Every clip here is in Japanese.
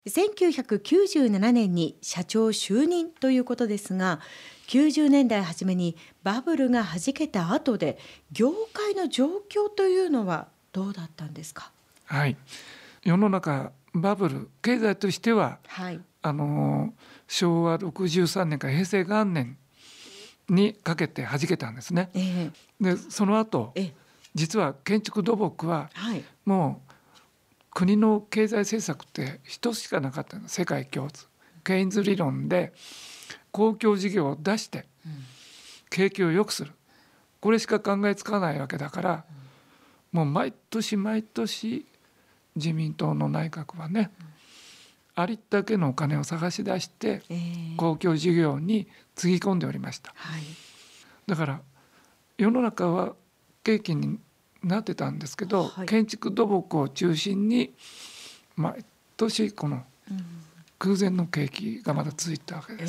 1997年に社長就任ということですが、90年代初めにバブルが弾けた後で業界の状況というのはどうだったんですか？ はい、世の中バブル経済としては、昭和63年から平成元年にかけて弾けたんですね。でその後、実は建築土木は、もう国の経済政策って一つしかなかったの。世界共通ケインズ理論で公共事業を出して景気を良くする、これしか考えつかないわけだから、もう毎年毎年自民党の内閣はね、ありったけのお金を探し出して公共事業につぎ込んでおりました。だから世の中は景気になってたんですけど、建築土木を中心に毎年この空前の景気がまだ続いたわけです。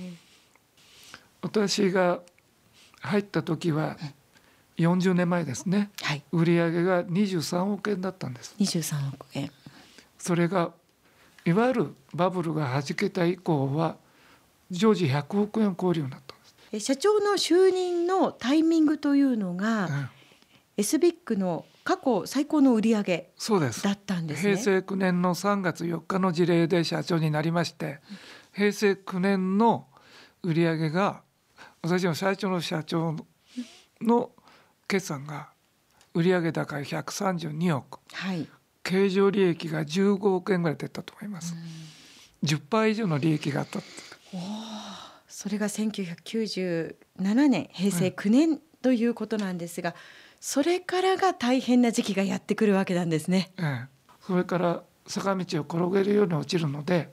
私が入った時は40年前ですね、売上が23億円だったんです。 23億円。 それがいわゆるバブルが弾けた以降は常時100億円を超えるようになったんです。 社長の就任のタイミングというのが、SBIC の過去最高の売上だったんですね。 平成9年の3月4日の事例で社長になりまして、平成9年の売上が、私の最初の社長の決算が売上高132億、経常利益が15億円ぐらい出たと思います。10倍以上の利益があった。 それが1997年平成9年ということなんですが、それからが大変な時期がやってくるわけなんですね。 それから坂道を転げるように落ちるので、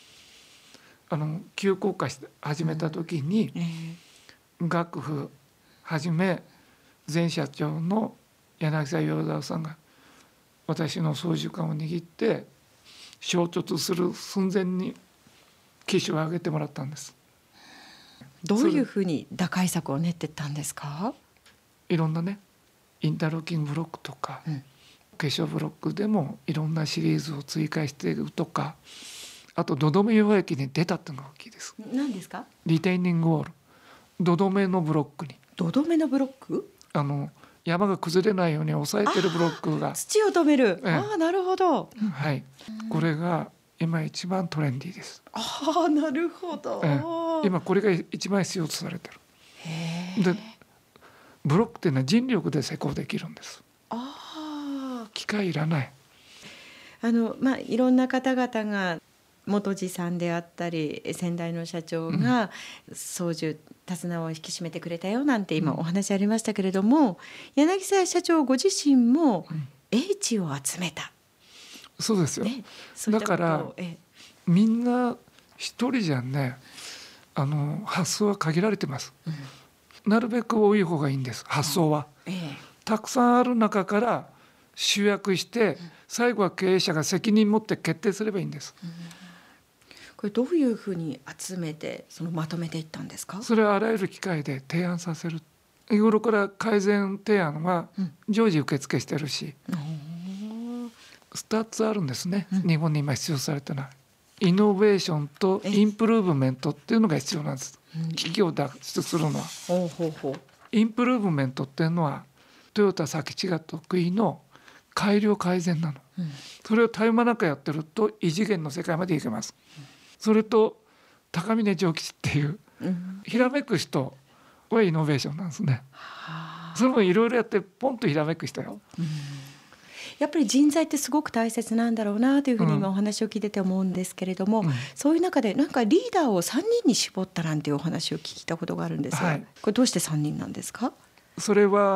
急降下して始めた時に、楽譜はじめ前社長の柳沢洋三さんが私の操縦桿を握って衝突する寸前に機種を上げてもらったんです。 どういうふうに打開策を練っていったんですか？ いろんなね、インターローキングブロックとか、化粧ブロックでもいろんなシリーズを追加していくとか、あと土留め溶液に出たっていうのが大きいです。 何ですか？ リテイニングウォール、土留めのブロックに。 土留めのブロック？ 山が崩れないように抑えてるブロックが、 土を止める。なるほど。 これが今一番トレンディーです。 なるほど。 今これが一番必要とされてる。でブロックっていうのは人力で施工できるんです。機械いらない。 いろんな方々が元次さんであったり先代の社長が操縦手綱を引き締めてくれたよなんて今お話ありましたけれども、柳沢社長ご自身も英知を集めた。 そうですよ。だからみんな一人じゃね、発想は限られてます。なるべく多い方がいいんです、発想は。たくさんある中から集約して、最後は経営者が責任持って決定すればいいんです。 これどういうふうに集めてまとめていったんですか？ それはあらゆる機会で提案させる。日頃から改善提案は常時受付してるし、2つあるんですね、日本に今必要されてない。イノベーションとインプルーブメントっていうのが必要なんです。危機を脱出するのは。インプルーブメントっていうのはトヨタ佐吉が得意の改良改善なの。それを絶え間なくやってると異次元の世界まで行けます。それと高峰丈吉っていうひらめく人はイノベーションなんですね。それもいろいろやってポンとひらめく人よ。 やっぱり人材ってすごく大切なんだろうなというふうに今お話を聞いてて思うんですけれども、そういう中でなんかリーダーを3人に絞ったなんていうお話を聞いたことがあるんですが、これどうして3人なんですか？ それは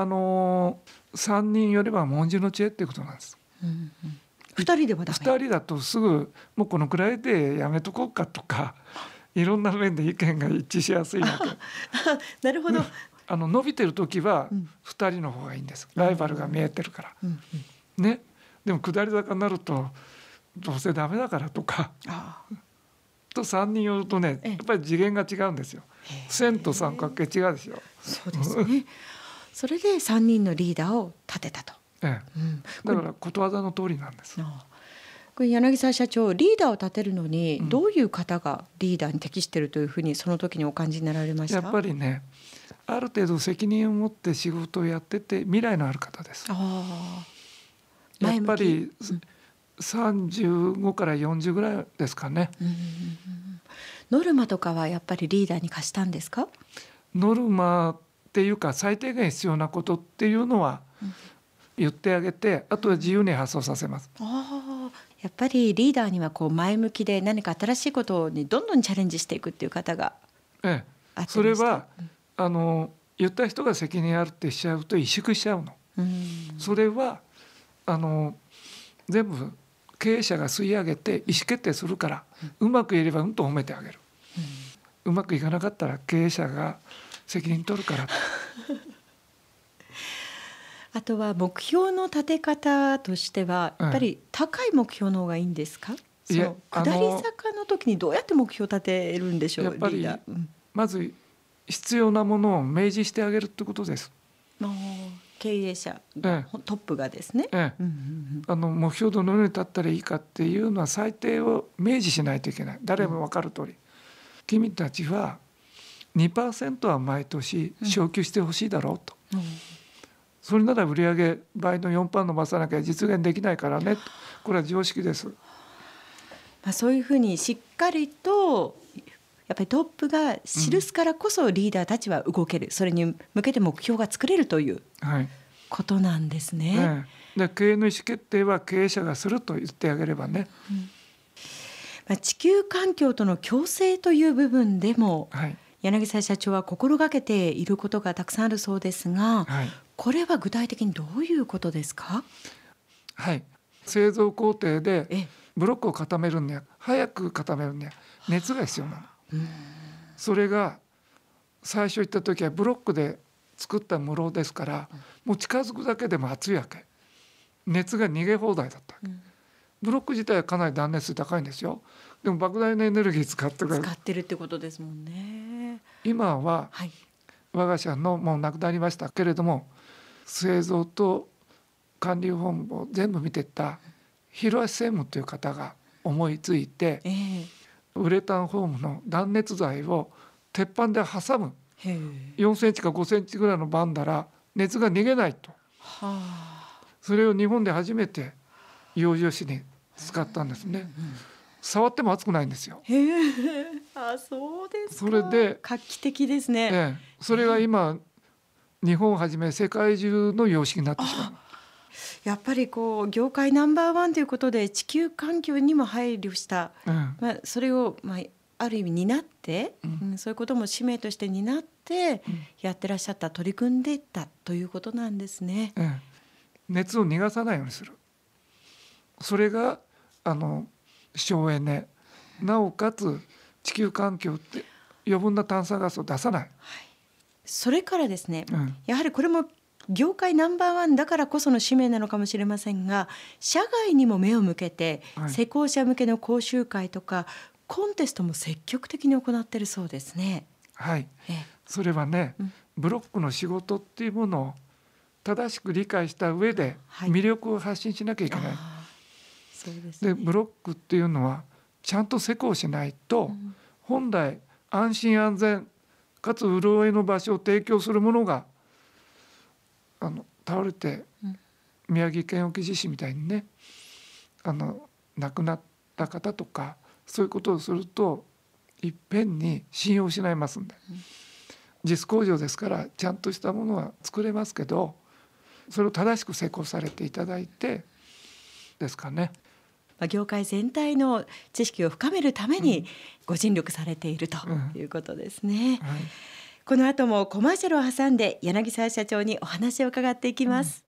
3人よれば文字の知恵っていうことなんです。 2人ではダメ。 2人だとすぐもうこのくらいでやめとこうかとか、いろんな面で意見が一致しやすいわけ。 なるほど。 伸びてる時は2人の方がいいんです。ライバルが見えてるからね。でも下り坂になるとどうせダメだからとかと3人寄るとね、やっぱり次元が違うんですよ。線と三角形違うでしょ。 そうですね。それで3人のリーダーを立てたと。 だからことわざの通りなんです。 これ柳沢社長、リーダーを立てるのにどういう方がリーダーに適しているというふうにその時にお感じになられました？ やっぱりね、ある程度責任を持って仕事をやってて未来のある方です。やっぱり35から40ぐらいですかね。 ノルマとかはやっぱりリーダーに課したんですか？ ノルマっていうか最低限必要なことっていうのは言ってあげて、あとは自由に発想させます。 やっぱりリーダーにはこう前向きで何か新しいことにどんどんチャレンジしていくっていう方がそれは、言った人が責任あるってしちゃうと萎縮しちゃうの。それは全部経営者が吸い上げて意思決定するから、うまくいればと褒めてあげる、うまくいかなかったら経営者が責任取るからあとは目標の立て方としてはやっぱり高い目標の方がいいんですか？下り坂の時にどうやって目標を立てるんでしょう？ やっぱりまず必要なものを明示してあげるってことです。 経営者が、トップがですね、 目標どのように立ったらいいかっていうのは最低を明示しないといけない。誰も分かる通り、君たちは 2% は毎年昇給してほしいだろうと、それなら売上倍の 4% 伸ばさなきゃ実現できないからね。これは常識です。 そういうふうにしっかりとやっぱりトップが記すからこそリーダーたちは動ける、それに向けて目標が作れるということなんですね。 で経営の意思決定は経営者がすると言ってあげればね、 地球環境との共生という部分でも、柳沢社長は心がけていることがたくさんあるそうですが、これは具体的にどういうことですか？ 製造工程でブロックを固めるには早く固めるには熱が必要なの。それが最初言った時はブロックで作った室ですから、もう近づくだけでも熱いわけ。熱が逃げ放題だったわけ。ブロック自体はかなり断熱性高いんですよ。でも莫大なエネルギー使ってるってことですもんね。 今は、我が社のもうなくなりましたけれども、製造と管理本部を全部見てた広橋専務という方が思いついて、ウレタンフォームの断熱材を鉄板で挟む4センチか5センチぐらいのバンダラ、熱が逃げないと、それを日本で初めて養生紙に使ったんですね。触っても熱くないんですよ。 そうですか。 それで画期的ですね。 それが今日本をはじめ世界中の様式になってしまう。 やっぱりこう業界ナンバーワンということで地球環境にも配慮した、それを、ある意味担って、そういうことも使命として担ってやってらっしゃった、取り組んでいったということなんですね。 熱を逃がさないようにする、それが省エネ、なおかつ地球環境って余分な炭酸ガスを出さない、 それからですね、やはりこれも業界ナンバーワンだからこその使命なのかもしれませんが、社外にも目を向けて、施工者向けの講習会とかコンテストも積極的に行っているそうですね。 それはね、ブロックの仕事っていうものを正しく理解した上で魅力を発信しなきゃいけない。でブロックっていうのはちゃんと施工しないと、本来安心安全かつ潤いの場所を提供するものが倒れて、宮城県沖地震みたいにね亡くなった方とかそういうことをするといっぺんに信用を失いますんで、実工場ですからちゃんとしたものは作れますけど、それを正しく施工されていただいてですかね。 業界全体の知識を深めるためにご尽力されているということですね。この後もコマーシャルを挟んで柳沢社長にお話を伺っていきます。